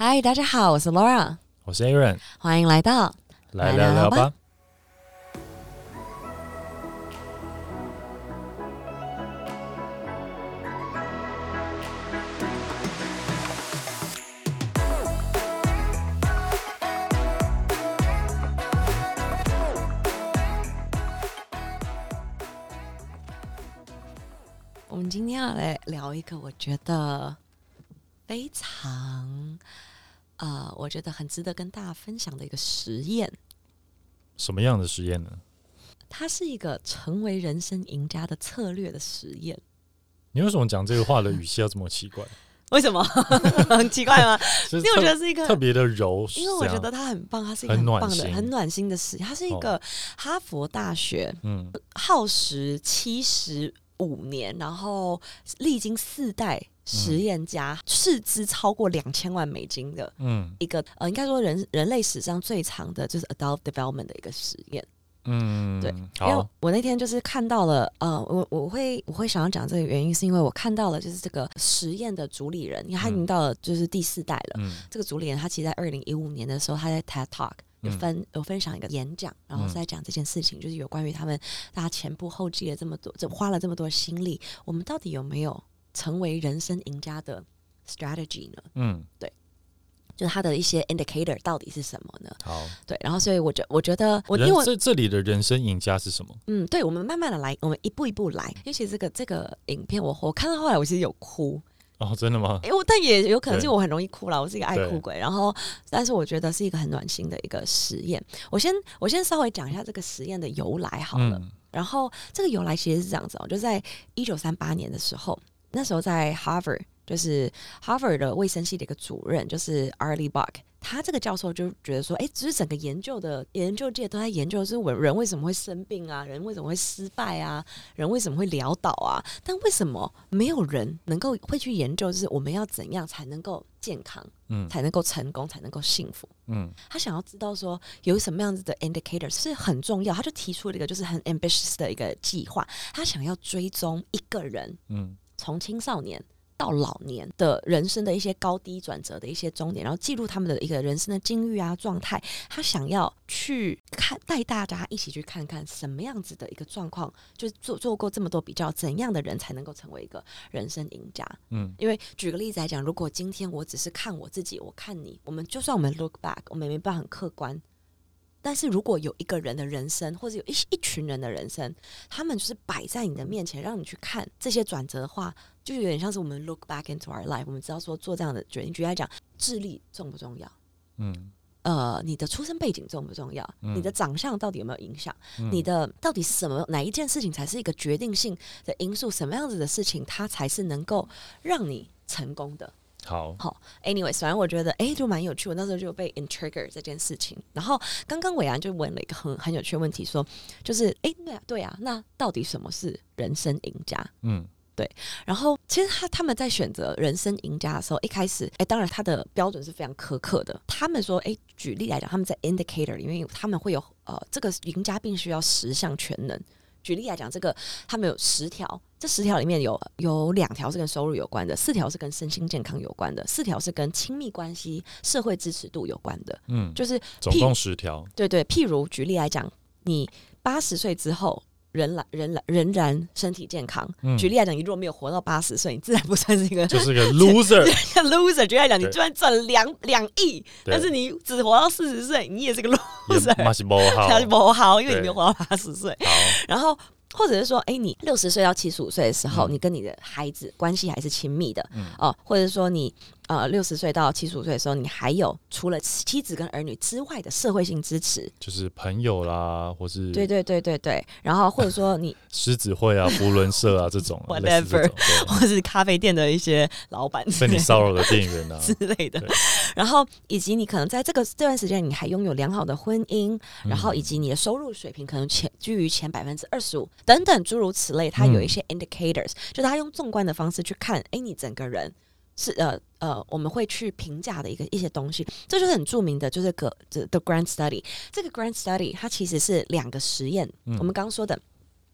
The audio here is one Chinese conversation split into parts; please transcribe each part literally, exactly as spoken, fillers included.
嗨，大家好，我是 Laura， 我是 Aaron， 欢迎来到来聊聊吧。 我们今天要来聊一个我觉得非常呃，我觉得很值得跟大家分享的一个实验。 什么样的实验呢？ 它是一个成为人生赢家的策略的实验。 你为什么讲这个话的语气要这么奇怪？ 为什么？很奇怪吗？因为我觉得是一个特别的柔， 因为我觉得它很棒，它是一个很棒的、很暖心的实验。它是一个哈佛大学，嗯，耗时七十五年，然后历经四代实验家，斥资超过两千万美金的，嗯，一个呃，应该说人人类史上最长的就是 adult development 的一个实验。嗯，对，因为我那天就是看到了，呃，我我会我会想要讲这个原因，是因为我看到了就是这个实验的主理人，因为他已经到了就是第四代了。嗯、这个主理人他其实在二零一五年的时候，他在 TED Talk 有分有分享一个演讲，然后是在讲这件事情，就是有关于他们大家前仆后继了这么多，这花了这么多心力，我们到底有没有成为人生赢家的 strategy 呢？嗯，对。就是它的一些 indicator 到底是什么呢？好，对，然后所以我觉我觉得我因为我这这里的人生赢家是什么？ 嗯，对，我们慢慢的来，我们一步一步来。因为其实这个这个影片我我看到后来我其实有哭哦，真的吗？ 因为但也有可能是我很容易哭啦，我是一个爱哭鬼。然后，但是我觉得是一个很暖心的一个实验。我先我先稍微讲一下这个实验的由来好了。嗯、然后这个由来其实是这样子哦，就在一九三八年的时候，那时候在 Harvard。就是 Harvard 的卫生系的一个主任，就是 Arlie Buck， 他这个教授就觉得说，哎，只是整个研究的研究界都在研究是人为什么会生病啊，人为什么会失败啊，人为什么会潦倒啊，但为什么没有人能够会去研究，就是我们要怎样才能够健康，嗯，才能够成功，才能够幸福，嗯，他想要知道说有什么样子的 indicator 是很重要，他就提出了一个就是很 ambitious 的一个计划，他想要追踪一个人，嗯，从青少年到老年的人生的一些高低转折的一些终点，然后记录他们的一个人生的境遇啊状态。他想要去看，带大家一起去看看什么样子的一个状况，就是做做过这么多比较，怎样的人才能够成为一个人生赢家？嗯，因为举个例子来讲，如果今天我只是看我自己，我看你，我们就算我们 look back， 我们没办法很客观。但是如果有一个人的人生，或者有 一, 一群人的人生，他们就是摆在你的面前，让你去看这些转折的话，就有点像是我们 look back into our life， 我们知道说做这样的决定。举例来讲，智力重不重要？嗯，呃，你的出生背景重不重要？嗯、你的长相到底有没有影响？嗯、你的到底什么哪一件事情才是一个决定性的因素？什么样子的事情，它才是能够让你成功的？ 好好 ，anyways， 反正我觉得哎，就蛮有趣。我那时候就被 intrigger 这件事情。然后刚刚伟安就问了一个很很有趣的问题，说就是哎，对啊，对啊，那到底什么是人生赢家？嗯，对。然后其实他他们在选择人生赢家的时候，一开始哎，当然他的标准是非常苛刻的。他们说哎，举例来讲，他们在 indicator 里面，他们会有呃，这个赢家必须要十项全能。举例来讲，这个他们有十条，这十条里面有有两条是跟收入有关的，四条是跟身心健康有关的，四条是跟亲密关系、社会支持度有关的。嗯，就是总共十条。 对对，譬如举例来讲，你八十岁之后。仍然仍然仍然身体健康。嗯、举例来讲，你如果没有活到八十岁，你自然不算是一个， 就是个 loser。 loser。举例来讲，你就算赚两两亿，但是你只活到四十岁，你也是个 loser。 也是不好， 也是不好，因为你没有活到八十岁。然后。或者是说，哎，你六十岁到七十五岁的时候，嗯、你跟你的孩子关系还是亲密的，嗯、哦，或者说你呃六十岁到七十五岁的时候，你还有除了妻子跟儿女之外的社会性支持， 就是朋友啦，或是对对对对对，然后或者说你狮子会啊、福伦社啊这种 ，whatever， 或是咖啡店的一些老板被你骚扰的店员啊之类的，然后以及你可能在这个这段时间，你还拥有良好的婚姻，然后以及你的收入水平可能前居于前百分之二十五。等等诸如此类，它有一些 indicators，、嗯、就是它用纵观的方式去看，哎，你整个人是呃呃，我们会去评价的一个一些东西，这就是很著名的，就是个 the, the Grant Study。这个 Grant Study 它其实是两个实验，嗯、我们刚刚说的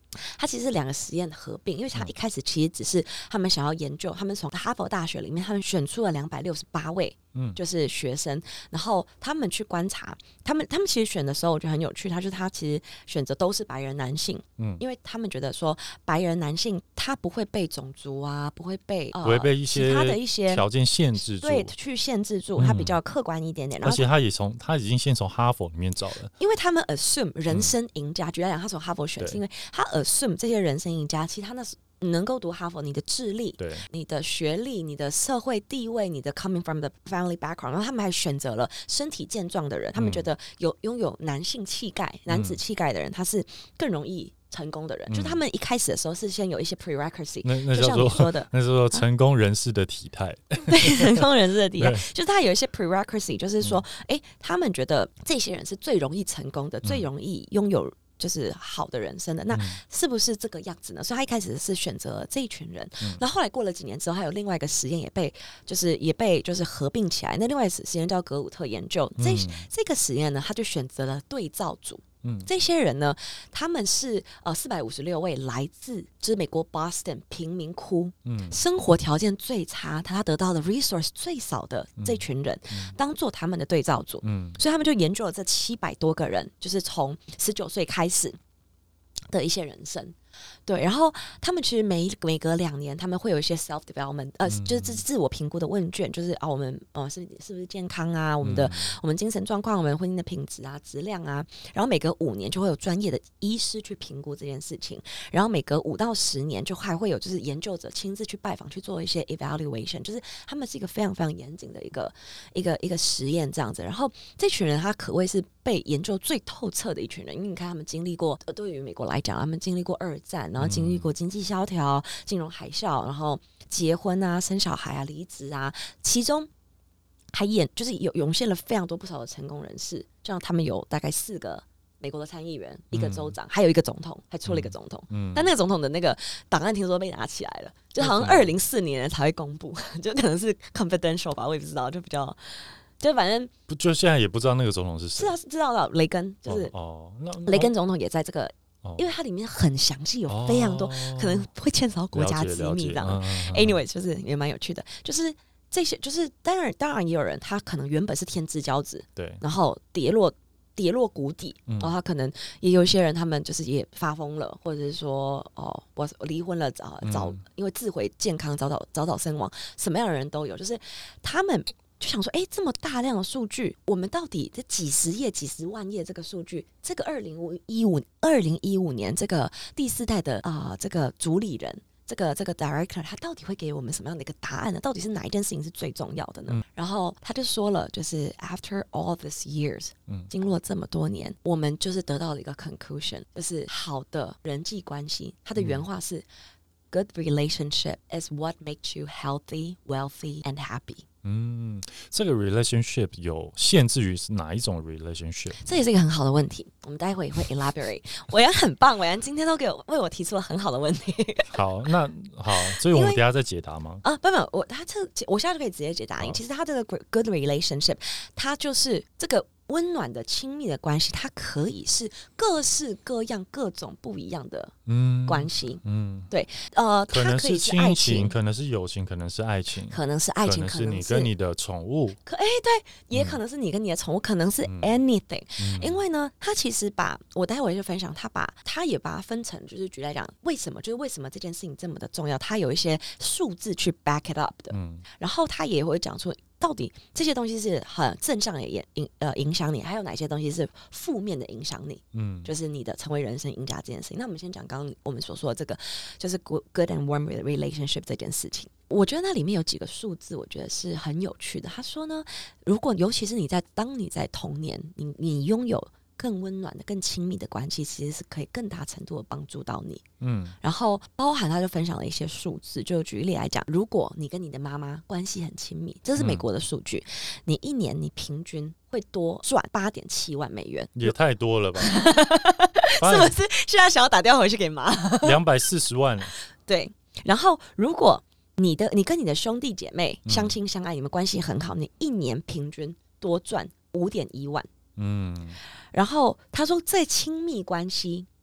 它其实是两个实验合并，因为它一开始其实只是他们想要研究，他们从哈佛大学里面他们选出了两百六十八位。嗯，就是学生，然后他们去观察，他们他们其实选的时候，我觉得很有趣。他就是他其实选择都是白人男性，嗯，因为他们觉得说白人男性他不会被种族啊，不会被、呃、 不会被一些其他的一些条件限制住， 对，去限制住，他比较客观一点点。嗯、然后而且他也从他已经先从哈佛里面找了， 因为他们 assume 人生赢家，嗯、举例来讲，他从哈佛选是因为他 assume 这些人生赢家，其实他那是。能够读哈佛，你的智力、你的学历、你的社会地位、你的 coming from the family background， 然后他们还选择了身体健壮的人，他们觉得有拥有男性气概、嗯、男子气概的人，他是更容易成功的人。嗯、就是他们一开始的时候是先有一些 prerequisite， 那那就像你说的， 那是说成功人士的体态， 啊、对，成功人士的体态，就是他有一些 prerequisite， 就是说，哎、嗯，他们觉得这些人是最容易成功的，嗯、最容易拥有。就是好的人生的，那是不是这个样子呢？嗯、所以他一开始是选择这一群人，嗯、那后来过了几年之后，还有另外一个实验也被就是也被就是合并起来。那另外一个实验叫格伍特研究，嗯、这这个实验呢，他就选择了对照组。嗯、这些人呢，他们是呃四百五十六位来自就是美国 Boston 贫民窟，嗯、生活条件最差，他得到的 resource 最少的这群人，嗯、当做他们的对照组。嗯、所以他们就研究了这七百多个人，就是从十九岁开始的一些人生。对，然后他们其实每每隔两年，他们会有一些 self development， 呃，嗯、就是自我评估的问卷，就是啊，我们呃是是不是健康啊，我们的、嗯、我们精神状况，我们婚姻的品质啊、质量啊，然后每隔五年就会有专业的医师去评估这件事情，然后每隔五到十年就还会有就是研究者亲自去拜访去做一些 evaluation， 就是他们是一个非常非常严谨的一个一个一个实验这样子。然后这群人他可谓是被研究最透彻的一群人，因为你看他们经历过，对于美国来讲，他们经历过二战，然后经历过经济萧条、金融海啸，然后结婚啊、生小孩啊、离职啊，其中还演就是有涌现了非常多不少的成功人士，这样他们有大概四个美国的参议员，一个州长，嗯、还有一个总统，还出了一个总统。嗯、但那个总统的那个档案听说被拿起来了，就好像二零四年才会公布，就可能是 confidential 吧，我也不知道，就比较。就反正不就现在也不知道那个总统是谁， 知道知道了，雷根就是哦，哦雷根总统也在这个，哦、因为它里面很详细，有非常多、哦、可能会牵扯到国家机密这样。嗯嗯、anyway， 就是也蛮有趣的，就是这些，就是当然当然也有人他可能原本是天之骄子， 对， 然后跌落跌落谷底，嗯、然后他可能也有一些人他们就是也发疯了，或者是说哦我离婚了早早、嗯、因为自毁健康早早早早身亡，什么样的人都有，就是他们。就想说，哎，这么大量的数据，我们到底这几十页、几十万页这个数据，这个二零一五二零一五年这个第四代的啊、呃，这个主理人，这个这个 director， 他到底会给我们什么样的一个答案呢？到底是哪一件事情是最重要的呢？嗯、然后他就说了，就是 after all these years，嗯，经过这么多年，我们就是得到了一个 conclusion， 就是好的人际关系。他的原话是、嗯、，Good relationship is what makes you healthy, wealthy, and happy。 嗯，这个 relationship 有限制于是哪一种 relationship？ 这也是一个很好的问题，我们待会也会 elaborate。伟安很棒，伟安今天都给我为我提出了很好的问题。 好，那好，所以我们等一下再解答吗？ 啊，不不，我他这我现在就可以直接解答你。其实他这个 good relationship， 它就是这个温暖的亲密的关系，它可以是各式各样、各种不一样的关系。嗯，嗯对，呃， 可能是亲情，可能是友情，可能是爱情， 可能是爱情， 可能是你跟你的宠物， 可哎、欸、对，也可能是你跟你的宠物，嗯、可能是 anything、嗯。因为呢，他其实把我待会就分享，他把他也把它分成，就是举例来讲，为什么就是为什么这件事情这么的重要，他有一些数字去 back it up 的。嗯，然后他也会讲出。到底这些东西是很正向的影呃影响你，还有哪些东西是负面的影响你？嗯，就是你的成为人生赢家这件事情。那我们先讲刚刚我们所说的这个，就是 good good and warm relationship 这件事情。我觉得那里面有几个数字，我觉得是很有趣的。他说呢，如果尤其是你在当你在童年，你你拥有更温暖的、更亲密的关系，其实是可以更大程度的帮助到你。嗯，然后包含他就分享了一些数字，就举例来讲，如果你跟你的妈妈关系很亲密，这是美国的数据，嗯、你一年你平均会多赚八点七万美元， 也太多了吧？ 是不是？现在想要打电话回去给妈？ 两百四十万。 对，然后如果你的你跟你的兄弟姐妹相亲相爱，嗯、你们关系很好，你一年平均多赚五点一万。嗯，然后他说，在亲密关系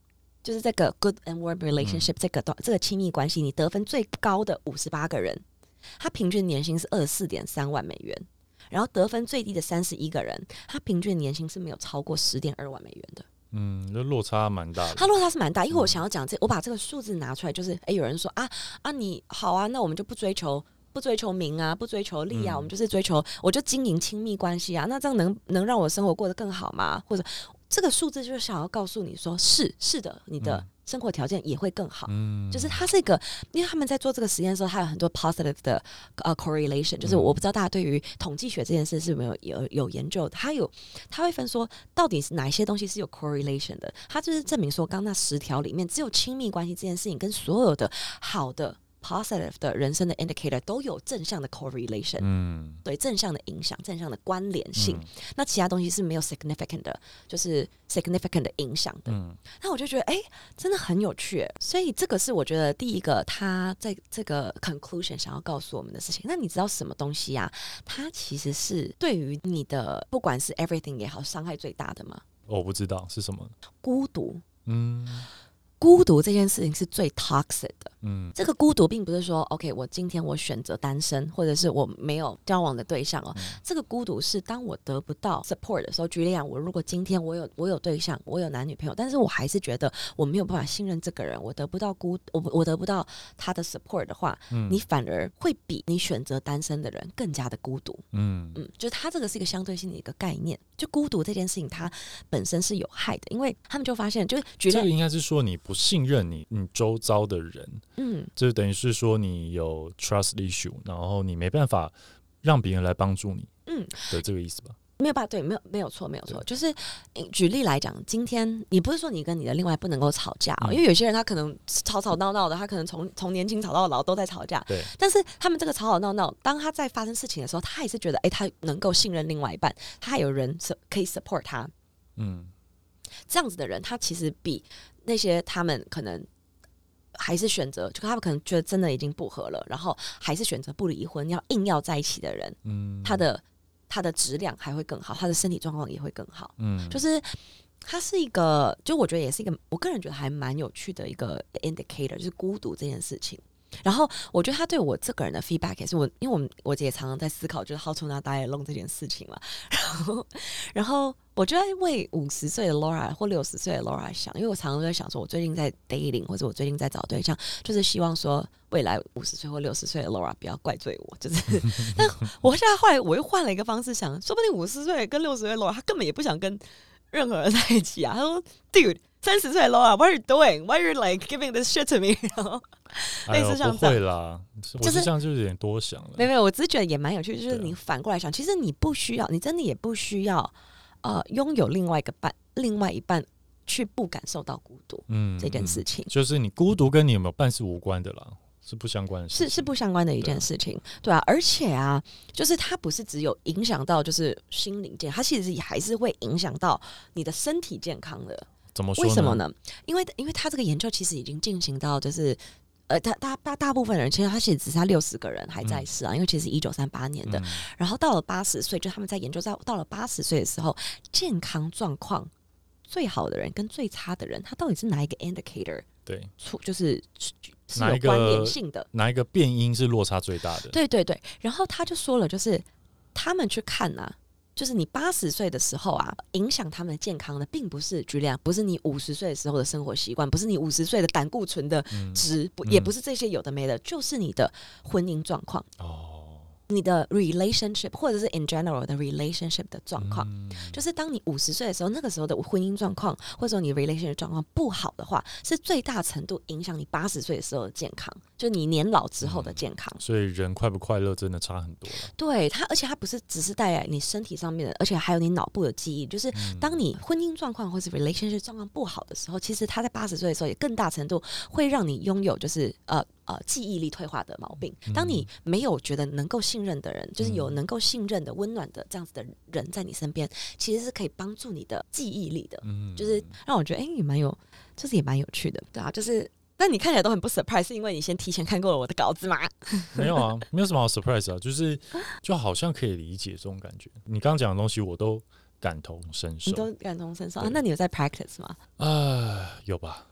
就是这个 good and warm relationship、嗯、这个这个亲密关系，你得分最高的五十八个人，他平均年薪是二十四点三万美元，然后得分最低的三十一个人，他平均年薪是没有超过十点二万美元的。 嗯，这落差蛮大的。 它落差是蛮大，因为我想要讲这，我把这个数字拿出来，就是哎，有人说啊啊，你好啊，那我们就不追求不追求名啊，不追求利啊、嗯，我们就是追求，我就经营亲密关系啊，那这样能能让我生活过得更好吗？或者这个数字就是想要告诉你说，是是的，你的、嗯。生活条件也会更好、嗯、就是它是一个，因为他们在做这个实验的时候，它有很多 positive 的、uh, correlation， 就是我不知道大家对于统计学这件事是没有有有研究，它有它会分说到底是哪一些东西是有 correlation 的，它就是证明说刚刚那十条里面只有亲密关系这件事情跟所有的好的positive 的人生的 indicator 都有正向的 correlation， 嗯，对，正向的影响，正向的关联性、嗯，那其他东西是没有 significant 的，就是 significant 的影响的。嗯，那我就觉得，哎、欸，真的很有趣。所以这个是我觉得第一个他在这个 conclusion 想要告诉我们的事情。那你知道什么东西啊？它其实是对于你的不管是 everything 也好，伤害最大的吗？ 我不知道是什么。 孤独。嗯。孤独这件事情是最 toxic 的，嗯，这个孤独并不是说 OK 我今天我选择单身，或者是我没有交往的对象哦、嗯，这个孤独是当我得不到 support 的时候，举例讲，我如果今天我有我有对象，我有男女朋友，但是我还是觉得我没有办法信任这个人，我得不到孤我我得不到他的 support 的话，嗯，你反而会比你选择单身的人更加的孤独，嗯嗯，就是他这个是一个相对性的一个概念，就孤独这件事情它本身是有害的，因为他们就发现，就是举例这个应该是说你不信任你你周遭的人，嗯，这等于是说你有 trust issue， 然后你没办法让别人来帮助你，嗯，的这个意思吧？ 没有办法，对，没有没有错，没有错。就是举例来讲，今天你不是说你跟你的另外不能够吵架、哦嗯、因为有些人他可能吵吵闹闹的，他可能从从年轻吵到老都在吵架， 对。 但是他们这个吵吵闹闹，当他在发生事情的时候，他还是觉得，哎，他能够信任另外一半，他还有人可以 support 他，嗯，这样子的人，他其实比那些他们可能还是选择，就他们可能觉得真的已经不合了，然后还是选择不离婚，要硬要在一起的人，嗯，他的。他的质量还会更好，他的身体状况也会更好。嗯，就是它是一个，就我觉得也是一个，我个人觉得还蛮有趣的一个 indicator， 就是孤独这件事情。然后我觉得他对我这个人的 feedback 也是我，因为我们我姐常常在思考，就是 how to not die alone 这件事情嘛。然后，然后我就在为五十岁的 Laura 或六十岁的 Laura 想，因为我常常在想说，我最近在 dating 或者我最近在找对象，就是希望说未来五十岁或六十岁的 Laura 不要怪罪我，就是。但我现在后来我又换了一个方式想，说不定五十岁跟六十岁的 Laura 他根本也不想跟任何人在一起啊。他说 ，Dude。三十岁 Laura， what are you doing? Why are you like giving this shit to me? 然后类似像这样， 不会啦，我是这样就有点多想了。 没有没有，我只是觉得也蛮有趣，就是你反过来想，其实你不需要，你真的也不需要，呃，拥有另外一个伴，另外一半去不感受到孤独，嗯，这件事情， 嗯、就是你孤独跟你有没有伴是无关的啦。是不相关的事情， 是是不相关的一件事情，对 啊, 对啊，而且啊，就是它不是只有影响到就是心灵健康，它其实还是会影响到你的身体健康的。 怎么说呢？ 为什么呢？因为因为他这个研究其实已经进行到就是呃，大大大大部分人，其实他其实只是他六十个人还在世啊，嗯、因为其实一九三八年的，嗯、然后到了八十岁，就他们在研究到到了八十岁的时候，健康状况最好的人跟最差的人，他到底是哪一个 indicator？ 对， 就是是有关联性的， 哪一个变因是落差最大的？ 对对对，然后他就说了，就是他们去看啊，就是你八十岁的时候啊，影响他们的健康的，并不是举例啊，不是你五十岁的时候的生活习惯，不是你五十岁的胆固醇的值，嗯嗯、也不是这些有的没的，就是你的婚姻状况。哦。你的 relationship 或者是 in general 的 relationship 的状况，嗯、就是当你五十岁的时候，那个时候的婚姻状况或者说你 relationship 状况不好的话，是最大程度影响你八十岁的时候的健康，就你年老之后的健康。 嗯、所以人快不快乐真的差很多了。 对它，而且它不是只是带来你身体上面的，而且还有你脑部的记忆。就是当你婚姻状况或是 relationship 状况不好的时候，其实它在八十岁的时候也更大程度会让你拥有就是呃。呃，记忆力退化的毛病。当你没有觉得能够信任的人，嗯、就是有能够信任的、温暖的这样子的人在你身边，其实是可以帮助你的记忆力的。嗯，就是让我觉得，哎、欸，也蛮有，就是也蛮有趣的，对啊，就是。但你看起来都很不 surprise， 是因为你先提前看过了我的稿子吗？ 没有啊，没有什么好 surprise 啊，就是就好像可以理解这种感觉。你刚刚讲的东西，我都感同身受。 你都感同身受啊？那你有在 practice 吗？ 呃，有吧。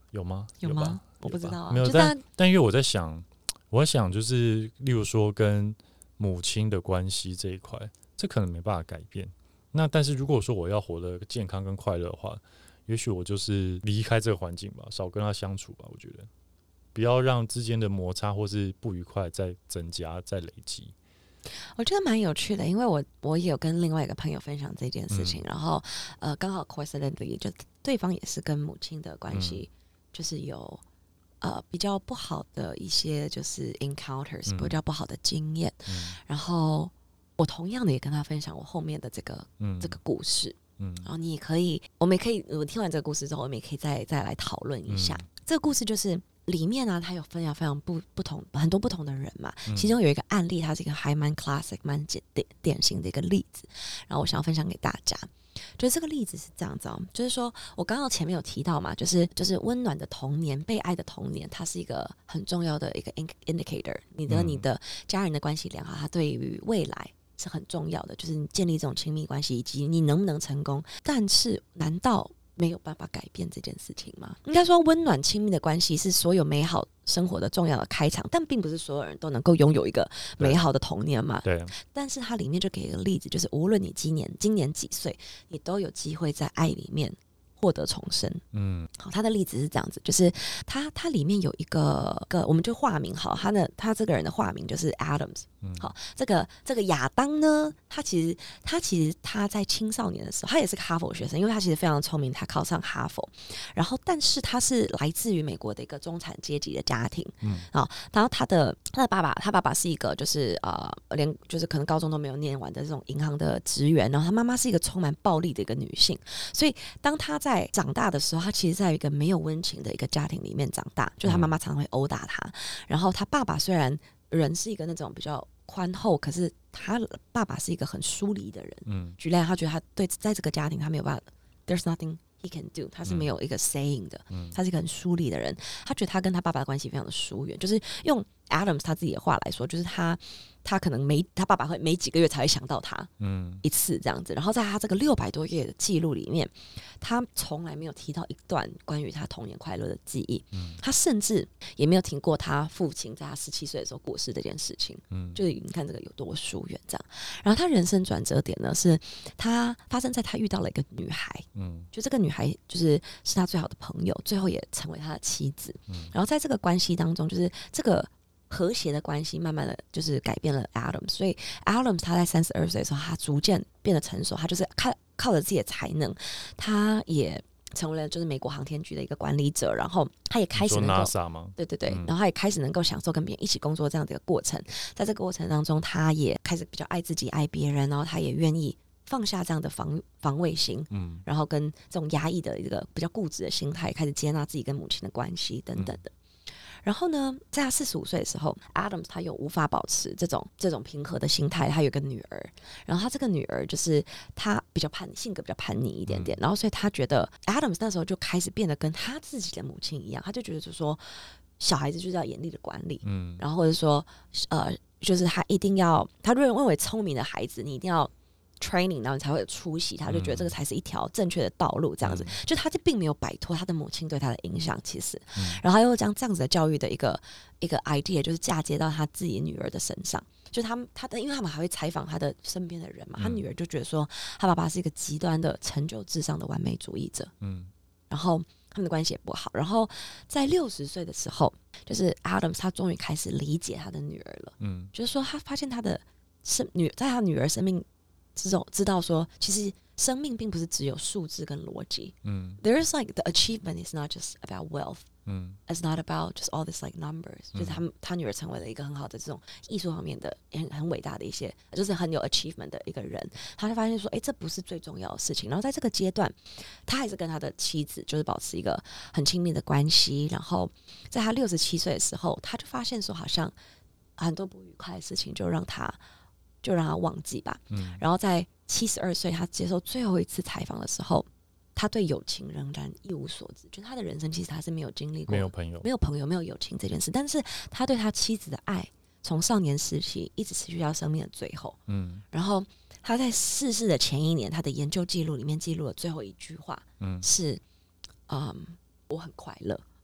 有吗？ 有吗？我不知道啊。 没有，但但因为我在想，我在想就是，例如说跟母亲的关系这一块，这可能没办法改变。那但是如果说我要活得健康跟快乐的话，也许我就是离开这个环境吧，少跟他相处吧。我觉得不要让之间的摩擦或是不愉快再增加、再累积。 我觉得蛮有趣的，因为我我也有跟另外一个朋友分享这件事情，嗯、然后呃，刚好 coincidentally 就对方也是跟母亲的关系，就是有、嗯、呃比较不好的一些就是 encounters、嗯、比较不好的经验，嗯、然后我同样的也跟他分享我后面的这个、嗯、这个故事，嗯，然后你也可以，我们也可以，我听完这个故事之后，我们也可以再再来讨论一下、嗯、这个故事就是。里面呢、啊，它有非常非常不不同很多不同的人嘛，其中有一个案例，它是一个还蛮 classic 蛮典典型的一个例子，然后我想要分享给大家。就是这个例子是这样子哦，就是说我刚刚前面有提到嘛，就是就是温暖的童年、被爱的童年，它是一个很重要的一个 indicator， 你的你的家人的关系良好，它对于未来是很重要的，就是你建立这种亲密关系以及你能不能成功。但是难道没有办法改变这件事情吗？应该说温暖亲密的关系是所有美好生活的重要的开场，但并不是所有人都能够拥有一个美好的童年嘛。 对。 但是它里面就给一个例子，就是无论你今年今年几岁，你都有机会在爱里面获得重生。嗯，好，他的例子是这样子，就是他他里面有一个个，我们就化名好，他的他这个人的化名就是 Adams。嗯，好，这个这个亚当呢，他其实他其实他在青少年的时候，他也是个哈佛学生，因为他其实非常聪明，他考上哈佛。然后，但是他是来自于美国的一个中产阶级的家庭。嗯，啊，然后他的他的爸爸，他爸爸是一个就是呃，连就是可能高中都没有念完的这种银行的职员，然后他妈妈是一个充满暴力的一个女性，所以当他在在长大的时候，他其实在一个没有温情的一个家庭里面长大，就他妈妈常常会殴打他，然后他爸爸虽然人是一个那种比较宽厚，可是他爸爸是一个很疏离的人。嗯，举例，他觉得他对在这个家庭他没有办法 ，there's nothing he can do， 他是没有一个 saying 的，嗯、他是一个很疏离的人，他觉得他跟他爸爸的关系非常的疏远，就是用 Adams 他自己的话来说，就是他。他可能每他爸爸会每几个月才会想到他一次这样子，嗯、然后在他这个六百多页的记录里面，他从来没有提到一段关于他童年快乐的记忆，嗯、他甚至也没有听过他父亲在他十七岁的时候过世这件事情，嗯、就是你看这个有多疏远这样。然后他人生转折点呢，是他发生在他遇到了一个女孩，嗯、就这个女孩就是是他最好的朋友，最后也成为他的妻子，嗯、然后在这个关系当中，就是这个。和谐的关系慢慢的就是改变了 Adams， 所以 Adams 他在三十二岁的时候，他逐渐变得成熟，他就是靠靠着自己的才能，他也成为了就是美国航天局的一个管理者，然后他也开始能够 NASA 吗？ 对对对、嗯，然后他也开始能够享受跟别人一起工作这样的一个过程，在这个过程当中，他也开始比较爱自己、爱别人，然后他也愿意放下这样的防防卫心，嗯，然后跟这种压抑的一个比较固执的心态，开始接纳自己跟母亲的关系等等的。嗯，然后呢，在他四十五岁的时候 ，Adams 他又无法保持这种这种平和的心态。他有个女儿，然后他这个女儿就是他比较叛逆，性格比较叛逆一点点。嗯、然后所以他觉得 Adams 那时候就开始变得跟他自己的母亲一样，他就觉得就是说，小孩子就是要严厉的管理，嗯，然后或者说，呃，就是他一定要，他认认为聪明的孩子，你一定要。training， 然后你才会有出息，他就觉得这个才是一条正确的道路，这样子，嗯、就他就并没有摆脱他的母亲对他的影响，其实，嗯、然后他又将这样子的教育的一个一个 idea， 就是嫁接到他自己女儿的身上，就他们他的，因为他们还会采访他的身边的人嘛，嗯、他女儿就觉得说，他爸爸是一个极端的成就至上的完美主义者，嗯，然后他们的关系也不好，然后在六十岁的时候，就是 Adams 他终于开始理解他的女儿了，嗯，就是说他发现他的生女在他女儿生命。这种知道说，其实生命并不是只有数字跟逻辑。嗯 ，There's like the achievement is not just about wealth. 嗯 ，It's not about just all this like numbers. 就是他他女儿成为了一个很好的这种艺术方面的很很伟大的一些，就是很有 achievement 的一个人。他就发现说，哎，这不是最重要的事情。然后在这个阶段，他还是跟他的妻子就是保持一个很亲密的关系。然后在他六十七岁的时候，他就发现说，好像很多不愉快的事情就让他。就让他忘记吧。嗯，然后在七十二岁，他接受最后一次采访的时候，他对友情仍然一无所知。就他的人生其实他是没有经历过， 没有朋友， 没有朋友，没有友情这件事。但是他对他妻子的爱，从少年时期一直持续到生命的最后。嗯，然后他在逝世的前一年，他的研究记录里面记录了最后一句话，嗯，是，嗯，我很快乐。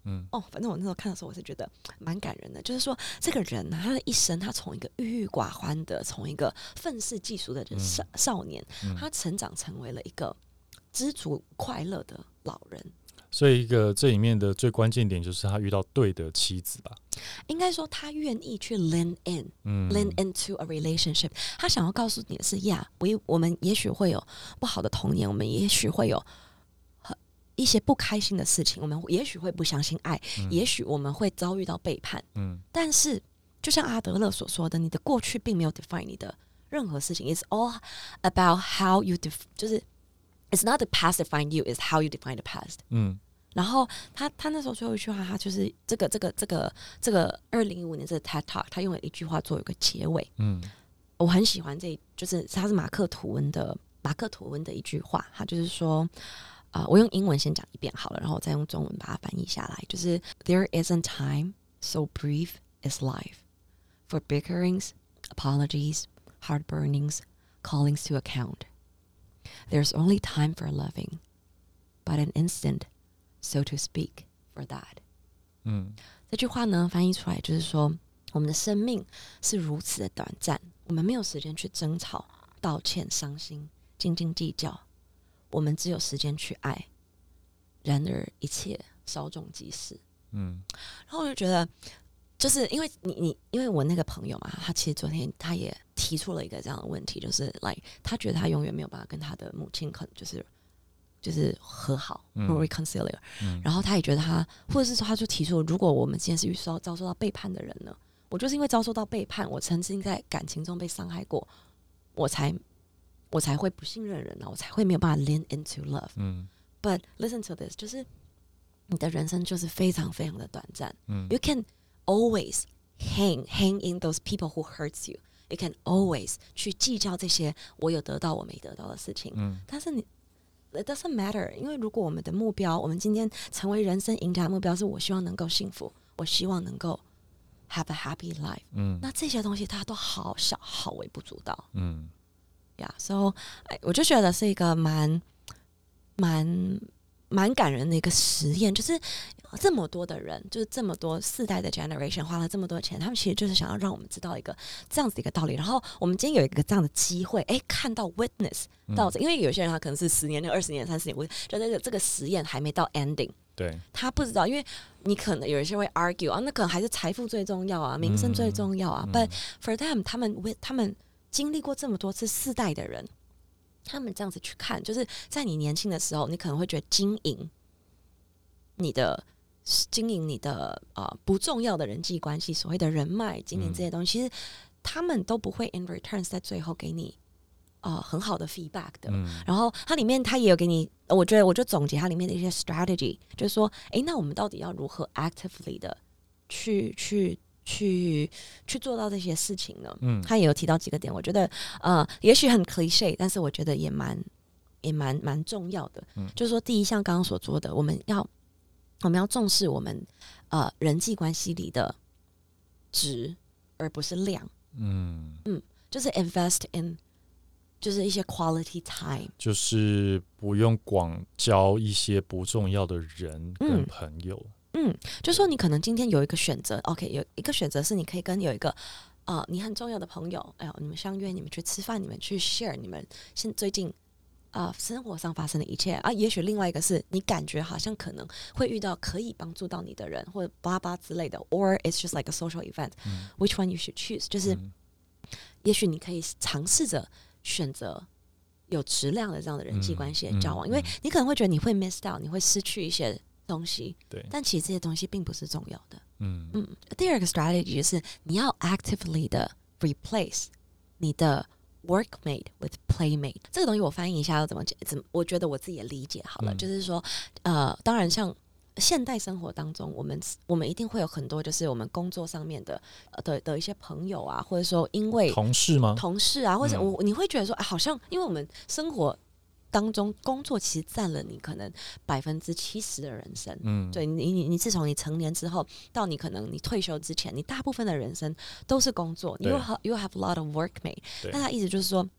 嗯，哦，反正我那时候看的时候，我是觉得蛮感人的。就是说，这个人呢、啊，他的一生，他从一个郁郁寡欢的，从一个愤世嫉俗的人少、嗯、少年，他成长成为了一个知足快乐的老人。 所以，一个这里面的最关键点就是他遇到对的妻子吧。 应该说，他愿意去 lean in， 嗯 lean into a relationship。他想要告诉你的是，呀，我我们也许会有不好的童年，我们也许会有一些不开心的事情，我们也许会不相信爱，嗯、也许我们会遭遇到背叛。嗯，但是就像阿德勒所说的，你的过去并没有 define 你的任何事情。It's all about how you def， 就是 It's not the past define you, it's how you define the past。嗯。然后他他那时候最后一句话，他就是这个这个这个这个二零一五年这个 TED Talk， 他用了一句话做一个结尾。嗯，我很喜欢这，就是他是马克吐温的马克吐温的一句话，他就是说，呃，我用英文先讲一遍好了，然后我再用中文把它翻译下来，就是 There isn't time, so brief is life, for bickerings, apologies, heartburnings, callings to account. There's only time for loving, but an instant.So to speak for that， 嗯，这句话呢翻译出来就是说，我们的生命是如此的短暂，我们没有时间去争吵、道歉、伤心、斤斤计较，我们只有时间去爱。然而一切稍纵即逝。嗯，然后我就觉得，就是因为你你因为我那个朋友嘛，他其实昨天他也提出了一个这样的问题，就是 like 他觉得他永远没有办法跟他的母亲可能就是。就是和好、嗯、reconcile、嗯、然后他也觉得他或者是说他就提出，如果我们今天是遇到遭受到背叛的人呢，我就是因为遭受到背叛，我曾经在感情中被伤害过，我才我才会不信任人啊，我才会没有办法 lean into love、嗯、but listen to this， 就是你的人生就是非常非常的短暂、嗯、you can always hang hang in those people who hurts you， you can always 去计较这些我有得到我没得到的事情、嗯、但是你It doesn't matter， 因为如果我们的目标，我们今天成为人生赢家的目标是我希望能够幸福，我希望能够 have a happy life，嗯，那这些东西它都好小，好微不足道，嗯，呀、yeah, ，so 我就觉得是一个蛮蛮蛮感人的一个实验，就是这么多的人，就是这么多四代的 generation 花了这么多钱，他们其实就是想要让我们知道一个这样子的一个道理。然后我们今天有一个这样的机会，哎，看到 witness 到、嗯，因为有些人他可能是十年、二十年、三十年，就那个这个实验还没到 ending， 对， 他不知道，因为你可能有一些会 argue 啊，那可能还是财富最重要啊，名声最重要啊。嗯、But for them， 他们为他们经历过这么多次四代的人，他们这样子去看，就是在你年轻的时候，你可能会觉得经营你的。经营你的呃不重要的人际关系，所谓的人脉，经营这些东西、嗯，其实他们都不会 in returns 在最后给你呃很好的 feedback 的。嗯、然后它里面它也有给你，我觉得我就总结它里面的一些 strategy， 就是说，哎，那我们到底要如何 actively 的去去去去做到这些事情呢？嗯，他也有提到几个点，我觉得呃也许很 cliche， 但是我觉得也蛮也蛮蛮重要的。嗯，就是说第一项刚刚所说的，我们要。我们要重视我们呃人际关系里的值，而不是量。嗯嗯，就是 invest in， 就是一些 quality time， 就是不用广交一些不重要的人跟朋友。 嗯，嗯就说你可能今天有一个选择 ，OK， 有一个选择是你可以跟有一个呃你很重要的朋友，哎呦，你们相约，你们去吃饭，你们去 share， 你们现最近。啊、呃，生活上发生的一切啊，也许另外一个是你感觉好像可能会遇到可以帮助到你的人，或者巴巴之类的 ，or it's just like a social event、嗯。Which one you should choose？ 就是、嗯、也许你可以尝试着选择有质量的这样的人际关系的交往、嗯嗯，因为你可能会觉得你会 miss out， 你会失去一些东西，对，但其实这些东西并不是重要的。嗯嗯。第二个 strategy 就是你要 actively 的 replace 你的。Workmate with playmate 这个东西我翻译一下要怎么怎么？我觉得我自己也理解好了，嗯、就是说，呃，当然像现代生活当中，我们我们一定会有很多就是我们工作上面的呃的的一些朋友啊，或者说因为同事吗？ 同事啊，或者我、嗯、你会觉得说，哎，好像因为我们生活。当中工作其实占了你可能百分之七十的人生，嗯，对你你你自从你成年之后到你可能你退休之前，你大部分的人生都是工作，你 you have you have a lot of workmate， 但他意思就是说，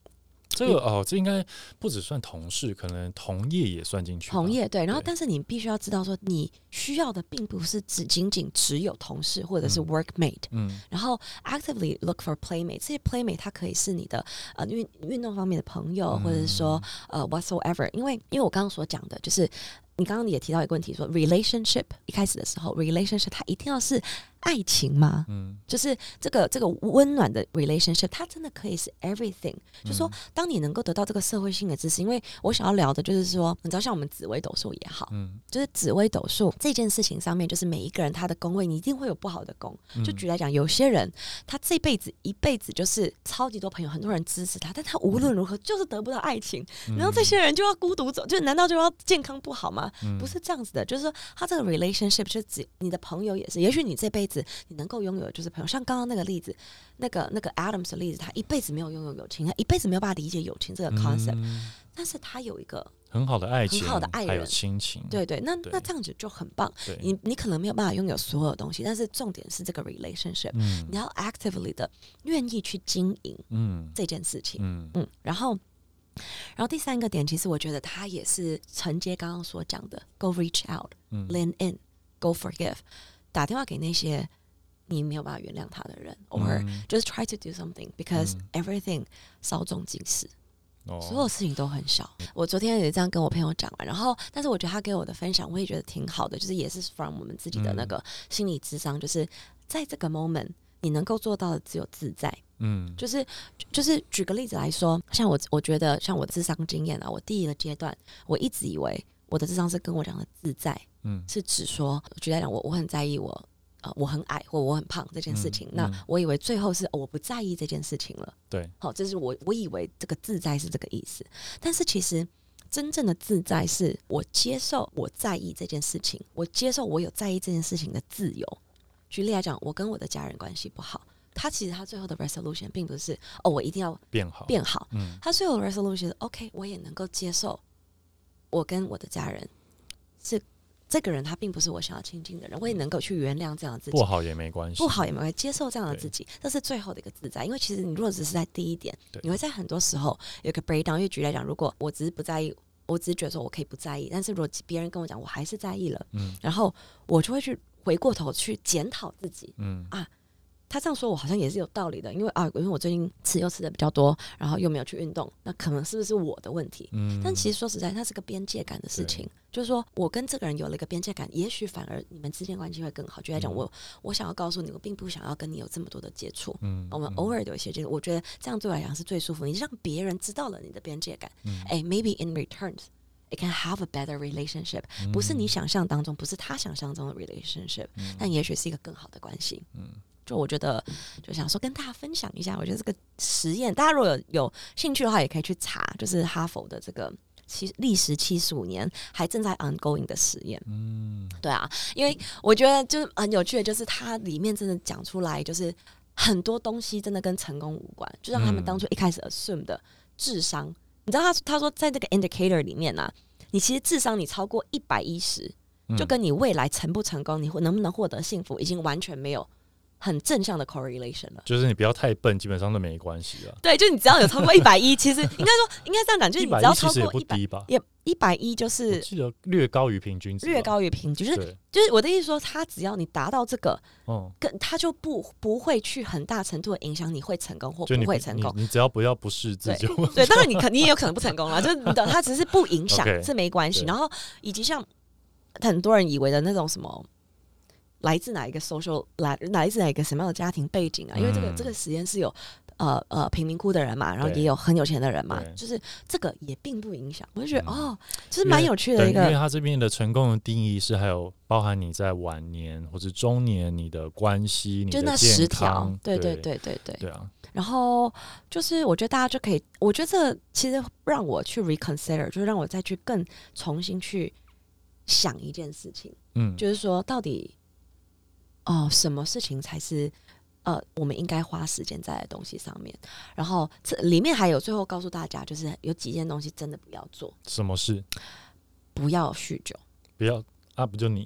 这个哦，这应该不只算同事，可能同业也算进去。 同业对，然后但是你必须要知道说，你需要的并不是只仅仅只有同事或者是 workmate，嗯，嗯然后 actively look for playmate， 这些 playmate 它可以是你的呃运运动方面的朋友，嗯、或者是说呃 whatsoever， 因为因为我刚刚所讲的就是。你刚刚也提到一个问题说 relationship 一开始的时候 relationship 它一定要是爱情吗？嗯，就是这个这个温暖的 relationship 它真的可以是 everything，嗯，就是说当你能够得到这个社会性的知识，因为我想要聊的就是说你知道像我们紫微斗数也好，嗯，就是紫微斗数这件事情上面，就是每一个人他的宫位你一定会有不好的宫，嗯，就举来讲，有些人他这辈子一辈子就是超级多朋友，很多人支持他，但他无论如何就是得不到爱情，嗯，然后这些人就要孤独走，就难道就要健康不好吗？嗯、不是这样子的，就是说他这个 relationship 就只你的朋友也是，也许你这辈子你能够拥有的就是朋友，像刚刚那个例子，那个那个 Adams 的例子，他一辈子没有拥有友情，他一辈子没有办法理解友情这个 concept，嗯、但是他有一个很好的爱情， 很好的爱人， 还有亲情， 对对，那那这样子就很棒。你你可能没有办法拥有所有东西，但是重点是这个 relationship，嗯、你要 actively 的愿意去经营嗯这件事情，嗯嗯，然后。然后第三个点，其实我觉得它也是承接刚刚所讲的 ，go reach out，嗯、lean in，go forgive， 打电话给那些你没有办法原谅他的人，嗯、or just try to do something because、嗯、everything 稍纵即逝，哦、所有事情都很小。我昨天也这样跟我朋友讲完，然后但是我觉得他给我的分享，我也觉得挺好的，就是也是 from 我们自己的那个心理智商，嗯、就是在这个 moment。你能够做到的只有自在，嗯，就是就是举个例子来说，像我我觉得像我智商经验啊，我第一个阶段，我一直以为我的智商是跟我讲的自在，嗯，是指说，举例来讲，我我很在意我呃我很矮或我很胖这件事情，嗯、那我以为最后是、哦、我不在意这件事情了， 对， 好，这是我我以为这个自在是这个意思，但是其实真正的自在是我接受我在意这件事情，我接受我有在意这件事情的自由。举例来讲，我跟我的家人关系不好，他其实他最后的 resolution 并不是哦，我一定要变好变好，嗯，他最后的 resolution 是 OK， 我也能够接受我跟我的家人是这个人，他并不是我想要亲近的人，我也能够去原谅这样的自己， 不好也没关系， 不好也没关系，接受这样的自己，这是最后的一个自在。因为其实你如果只是在第一点，你会在很多时候有个 breakdown。因为举例来讲，如果我只是不在意。我只是觉得说我可以不在意，但是如果别人跟我讲我还是在意了，嗯，然后我就会去回过头去检讨自己，嗯啊，他这样说我好像也是有道理的，因为啊，因为我最近吃又吃的比较多，然后又没有去运动，那可能是不是我的问题？嗯，但其实说实在，它是个边界感的事情，就是说我跟这个人有了一个边界感，也许反而你们之间关系会更好。就来讲，我我想要告诉你，我并不想要跟你有这么多的接触，嗯，我们偶尔有一些接触，我觉得这样对我来讲是最舒服。你让别人知道了你的边界感，嗯，哎 ，maybe in returns。It can have a better relationship，嗯、不是你想象当中，不是他想象中的 relationship，嗯、但也许是一个更好的关系。嗯，就我觉得，就想说跟大家分享一下，我觉得这个实验，大家如果有有兴趣的话，也可以去查，就是哈佛的这个七历时七十五年还正在 ongoing 的实验。嗯，对啊，因为我觉得就是很有趣的，就是它里面真的讲出来，就是很多东西真的跟成功无关，就像他们当初一开始 assume 的智商。你知道他他说在这个 indicator 里面啊，你其实智商你超过一百一十，就跟你未来成不成功，你能不能获得幸福，已经完全没有很正向的 correlation 了。 就是你不要太笨，基本上都没关系了。 对，就你只要有超过一百一，其实应该说应该这样讲，就是你只要超过一百，也不低吧？ 也一百一就是我记得略高于平均值， 略高于平均，就是就是我的意思说，他只要你达到这个，嗯，跟他就不不会去很大程度的影响你会成功或不会成功。 你, 你, 你只要不要不识字就对，当然你肯定也有可能不成功啦，就是你的他只是不影响，这没关系。然后以及像很多人以为的那种什么。来自哪一个 social 来来自哪一个什么样的家庭背景啊？因为这个、嗯、这个实验是有呃呃贫民窟的人嘛，然后也有很有钱的人嘛，就是这个也并不影响。我就觉得、嗯、哦，就是蛮有趣的一个。 因为他这边的成功的定义是还有包含你在晚年或者中年你的关系，你的健康，就那十条， 对对对对对对啊。 然后就是我觉得大家就可以，我觉得这其实让我去 reconsider， 就是让我再去更重新去想一件事情，嗯，就是说到底。哦，什么事情才是呃我们应该花时间在的东西上面？然后这里面还有最后告诉大家，就是有几件东西真的不要做。 什么事？ 不要酗酒。 不要啊？不就你？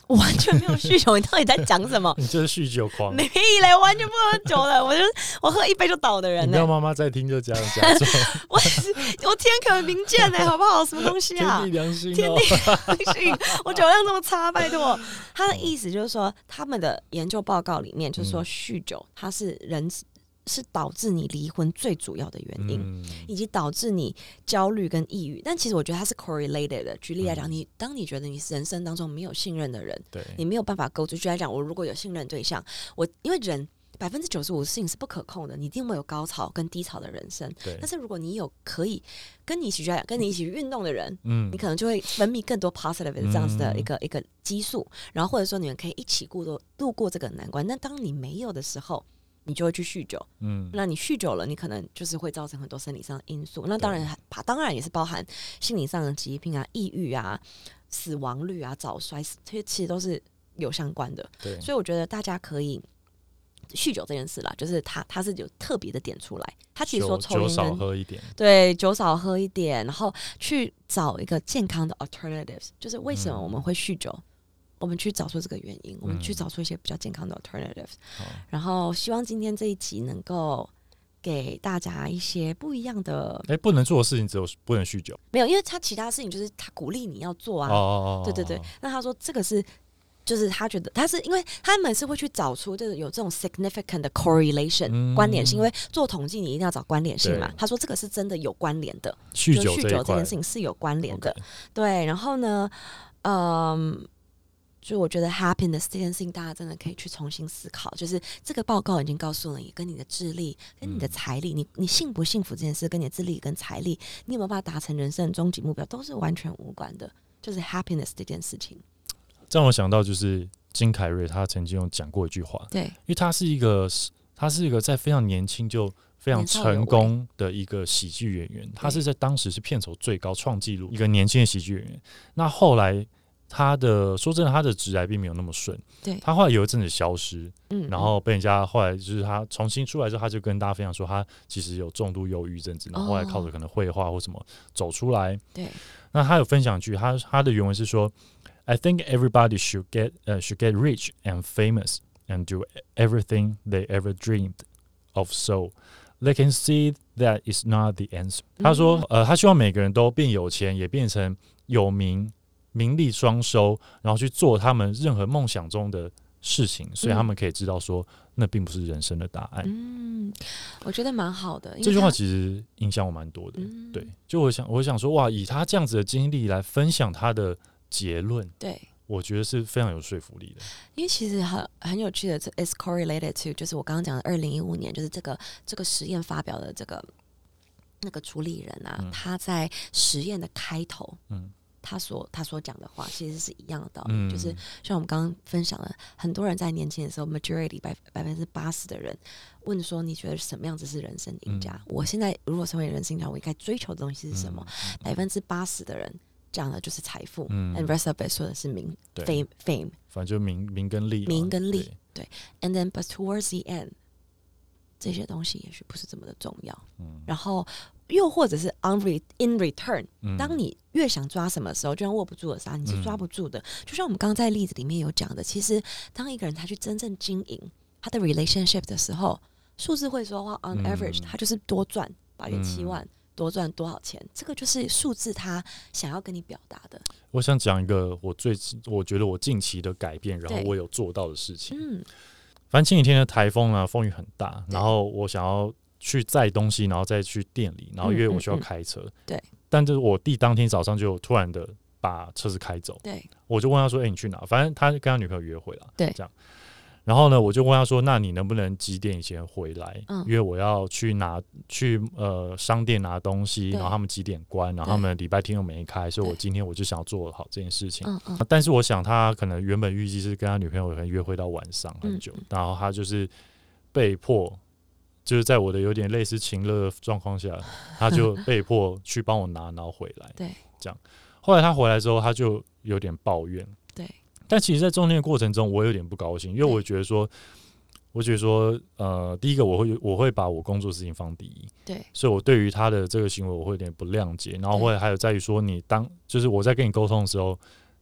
我完全没有酗酒，你到底在讲什么？ 你就是酗酒狂， 你屁嘞！我完全不喝酒的，我就我喝一杯就倒的人、欸。 你不要妈妈在听就这样讲， 我我天可明鉴呢、欸，好不好？什么东西啊？ 天地良心、哦， 天地良心！我酒量这么差，拜托。他的意思就是说，他们的研究报告里面就是说，酗酒它是人。是导致你离婚最主要的原因、嗯、以及导致你焦虑跟抑郁，但其实我觉得它是 correlated 的。举例来讲、嗯、你当你觉得你人生当中没有信任的人，你没有办法go to，举例来讲，我如果有信任对象，我因为人百分之九十五的事情是不可控的，你一定会有高潮跟低潮的人生。但是如果你有可以跟你一起去跟你一起运动的人、嗯，你可能就会分泌更多 positive 的这样子的一个、嗯、一个激素，然后或者说你们可以一起度过度过这个难关。但当你没有的时候，你就会去酗酒，嗯，那你酗酒了，你可能就是会造成很多生理上的因素，那当然，当然也是包含心理上的疾病啊、抑郁啊、死亡率啊、早衰，这些其实都是有相关的。对，所以我觉得大家可以酗酒这件事啦，就是他他是有特别的点出来，他其实说抽烟跟酒少喝一点， 对，酒少喝一点，然后去找一个健康的 alternatives， 就是为什么我们会酗酒。嗯，我们去找出这个原因，我们去找出一些比较健康的 alternatives、嗯、然后希望今天这一集能够给大家一些不一样的。哎、 欸，不能做的事情只有不能酗酒， 没有，因为他其他事情就是他鼓励你要做啊。哦，对对对。那他说这个是，就是他觉得他是因为他们是会去找出就是有这种 significant 的 correlation、嗯、关联性，因为做统计你一定要找关联性嘛。他说这个是真的有关联的， 酗酒酗酒这件事情是有关联的。Okay. 对，然后呢，嗯。所以我觉得 happiness 这件事情，大家真的可以去重新思考。就是这个报告已经告诉了你，跟你的智力、跟你的财力，你你幸不幸福这件事，跟你的智力跟财力，你有没有办法达成人生的终极目标，都是完全无关的。就是 happiness 这件事情。 这让我想到，就是金凯瑞他曾经有讲过一句话， 对， 因为他是一个他是一个在非常年轻就非常成功的一个喜剧演员，他是在当时是片酬最高、创纪录一个年轻的喜剧演员。那后来。他的说真的，他的职涯并没有那么顺。 对， 他后来有一阵子消失， 嗯， 然后被人家后来就是他重新出来之后，他就跟大家分享说，他其实有重度忧郁症子，然后后来靠着可能绘画或什么走出来。 对， 那他有分享一句，他他的原文是说 ，I think everybody should get 呃、uh, should get rich and famous and do everything they ever dreamed of, so they can see that it's not the answer。他说，呃，他希望每个人都变有钱，也变成有名。名利双收，然后去做他们任何梦想中的事情，所以他们可以知道说，那并不是人生的答案。 嗯，我觉得蛮好的。 这句话其实影响我蛮多的。嗯、对，就我想，我想说，哇，以他这样子的经历来分享他的结论， 对， 我觉得是非常有说服力的。 因为其实很很有趣的 ，is correlated to， 就是我刚刚讲的二零一五年，就是这个这个实验发表的这个那个主理人啊，嗯、他在实验的开头，嗯。他所他所讲的话其实是一样的道理、嗯、就是像我们刚刚分享的，很多人在年轻的时候 majority 百百分之八十的人问说你觉得什么样子是人生赢家、嗯、我现在如果成为人生赢家，我应该追求的东西是什么？百分之八十的人讲的就是财富、嗯、and rest of it 说的是名 fame fame 反正就名名跟利名跟利 对, 对 and then but towards the end 这些东西也许不是这么的重要、嗯、然后又或者是 on re, in return、嗯、当你越想抓什么的时候，就像握不住的沙，你是抓不住的、嗯、就像我们刚刚在例子里面有讲的，其实当一个人他去真正经营他的 relationship 的时候，数字会说话 on average、嗯、他就是多赚八点七万、嗯、多赚多少钱，这个就是数字他想要跟你表达的。 我想讲一个我最我觉得我近期的改变，然后我有做到的事情。嗯，反正前几天的台风啊，风雨很大，然后我想要去载东西，然后再去店里，然后因为我需要开车，嗯嗯嗯对。 但就是我弟当天早上就突然的把车子开走， 对。 我就问他说：“哎、欸，你去哪？”反正他跟他女朋友约会了， 对， 这样。然后呢，我就问他说：“那你能不能几点以前回来？嗯、因为我要去拿去呃商店拿东西，然后他们几点关？然后他们礼拜天又没开，所以我今天我就想要做好这件事情。嗯嗯、但是我想他可能原本预计是跟他女朋友可能约会到晚上很久，嗯、然后他就是被迫。”就是在我的有点类似情勒的状况下，他就被迫去帮我拿，然后回来。 对， 这样。后来他回来之后，他就有点抱怨。 对。 但其实，在中间的过程中，我有点不高兴，因为我觉得说，我觉得说，呃，第一个我会我会把我工作事情放第一。 对。 所以我对于他的这个行为，我会有点不谅解。然后会还有在于说，你当就是我在跟你沟通的时候，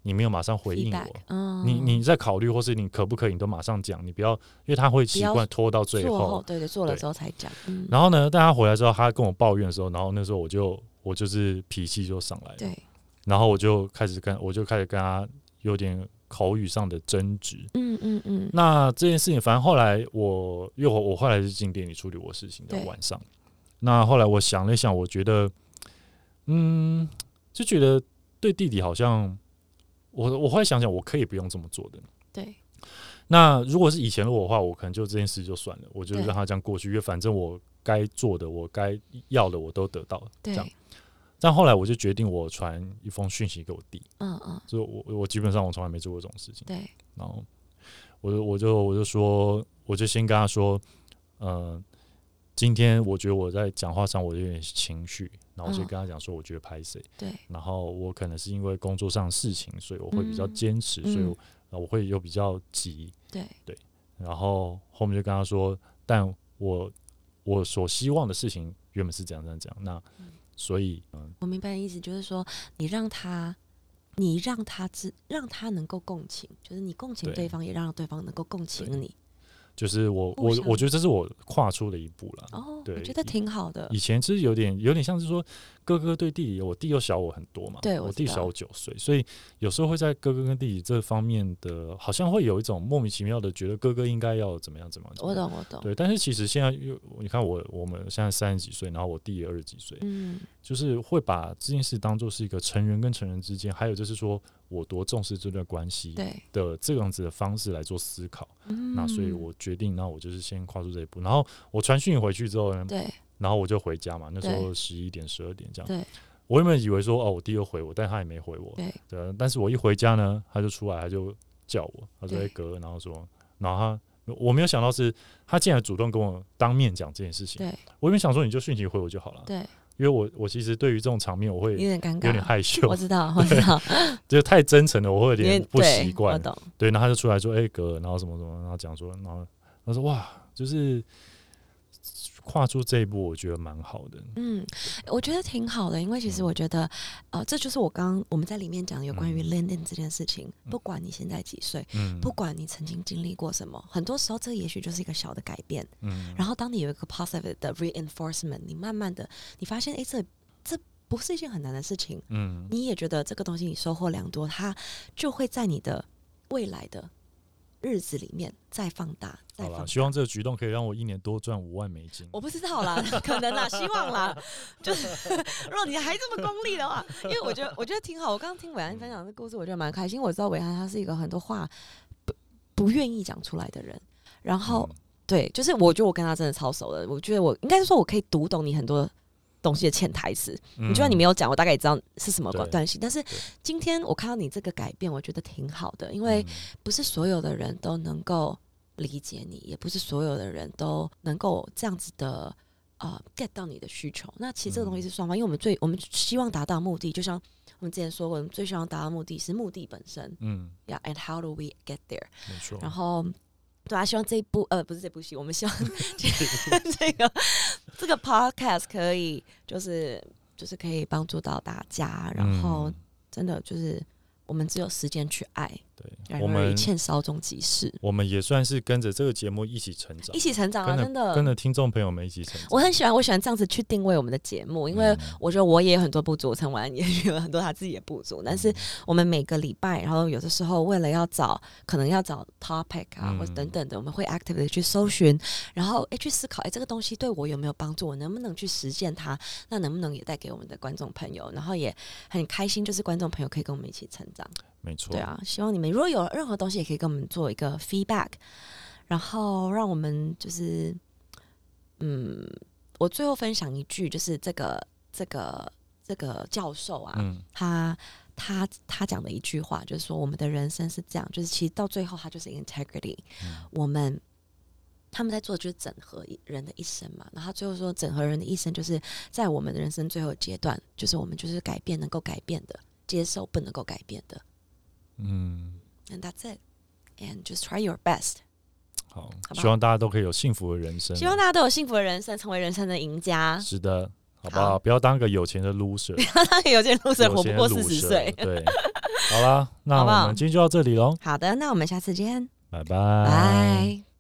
你没有马上回应我， 嗯、 你你在考虑或是你可不可以，你都马上讲，你不要，因为他会习惯拖到最后， 后对对，做了之后才讲。嗯、 然后呢，但他回来之后，他跟我抱怨的时候，然后那时候我就我就是脾气就上来了， 对， 然后我就开始跟我就开始跟他有点口语上的争执， 嗯嗯嗯。 那这件事情，反正后来我因为我我后来是进店里处理我的事情，在晚上。那后来我想了一想，我觉得，嗯，就觉得对弟弟好像，我我会想想，我可以不用这么做的。 对。 那如果是以前的我的话，我可能就这件事就算了，我就让他这样过去，因为反正我该做的、我该要的我都得到了，这样。但后来我就决定，我传一封讯息给我弟，嗯嗯，就我我基本上我从来没做过这种事情， 对。 然后我就我就我就说，我就先跟他说，呃。今天我觉得我在讲话上我有点情绪，然后我就跟他讲说，我觉得拍谁、 嗯，对， 然后我可能是因为工作上的事情，所以我会比较坚持， 嗯、 所以 我, 我会有比较急， 对对，然后后面就跟他说，但我我所希望的事情原本是这样这样讲，那、嗯、所以、嗯、 我明白的意思就是说，你让他，你让他知，让他能够共情，就是你共情对方，也让对方能够共情你。 就是我我我觉得这是我跨出的一步了。 哦，对，我觉得挺好的。 以前其实有点有点像是说哥哥对弟弟，我弟又小我很多嘛， 对， 我弟小我九岁，所以有时候会在哥哥跟弟弟这方面的，好像会有一种莫名其妙的觉得哥哥应该要怎么样怎么样。 我懂我懂。 对，但是其实现在你看我我们现在三十几岁，然后我弟也二十几岁，嗯，就是会把这件事当作是一个成人跟成人之间，还有就是说我多重视这段关系的这样子的方式来做思考。嗯、那所以我决定，那我就是先跨出这一步。然后我传讯回去之后呢， 对， 然后我就回家嘛。那时候十一点、十二点这样。 对， 我原本以为说哦，我弟又回我，但他也没回我。 对， 对。但是我一回家呢，他就出来，他就叫我，他说：“哎、欸，哥。”然后说，然后他我没有想到是他竟然主动跟我当面讲这件事情。 对， 我原本想说你就讯息回我就好了。 对。 因为我我其实对于这种场面我会有点尴尬， 有点害羞。 我知道，我知道， 就太真诚了，我会有点不习惯。 对， 对，然后他就出来说：“哎、欸，哥。”然后什么什么，然后讲说，然后他说：“哇，就是跨出这一步，我觉得蛮好的。” 嗯，我觉得挺好的，因为其实我觉得，嗯、呃，这就是我刚刚我们在里面讲的有关于 lean in 这件事情。嗯、不管你现在几岁，嗯，不管你曾经经历过什么，很多时候这也许就是一个小的改变。嗯，然后当你有一个 positive 的 reinforcement， 你慢慢的你发现，哎，这这不是一件很难的事情。嗯，你也觉得这个东西你收获良多，它就会在你的未来的日子里面再放大，再放大。 好啦，希望这个举动可以让我一年多赚五万美金。 我不知道啦，可能啦，希望啦。就是如果你还这么功利的话，因为我觉得我觉得挺好。我刚刚听伟安分享这故事，我觉得蛮开心。我知道伟安他是一个很多话不不愿意讲出来的人，然后、嗯、对，就是我觉得我跟他真的超熟的。我觉得我应该是说我可以读懂你很多东西的潜台词，嗯、你就算你没有讲，我大概也知道是什么关系。但是今天我看到你这个改变，我觉得挺好的，因为不是所有的人都能够理解你，也不是所有的人都能够这样子的呃 get 到你的需求。那其实这个东西是双方，因为我们最我们希望达到目的，就像我们之前说过，我们最希望达到目的是目的本身。嗯 ，Yeah, and how do we get there？ 没错。 然后。对啊，希望这一部呃不是这部戏，我们希望这个这个 podcast 可以就是就是可以帮助到大家，然后真的就是我们只有时间去爱，对，我们一切稍纵即逝。 我们也算是跟着这个节目一起成长， 一起成长啊，真的跟着听众朋友们一起成长。 我很喜欢，我喜欢这样子去定位我们的节目，因为我觉得我也有很多不足，陈婉也有很多他自己的不足，但是我们每个礼拜，然后有的时候为了要找，可能要找 topic 啊，嗯、或者等等的，我们会 actively 去搜寻，然后哎去思考，哎这个东西对我有没有帮助，我能不能去实践它？那能不能也带给我们的观众朋友？然后也很开心，就是观众朋友可以跟我们一起成长。 没错， 对啊，希望你们如果有任何东西，也可以跟我们做一个 feedback， 然后让我们就是，嗯，我最后分享一句，就是这个这个这个教授啊，嗯、他他他讲的一句话，就是说我们的人生是这样，就是其实到最后它就是 integrity，、嗯、我们他们在做的就是整合人的一生嘛，然后最后说整合人的一生，就是在我们的人生最后阶段，就是我们就是改变能够改变的，接受不能够改变的。嗯 ，and that's it, and just try your best。 好，好希望大家都可以有幸福的人生。 希望大家都有幸福的人生，成为人生的赢家。 是的，好不好？好不要当个有钱的 loser， 不要当个有钱的 loser， 活不过四十岁。 对， 好啦，那我们今天就到这里喽。 好的，那我们下次见， 拜拜。 拜。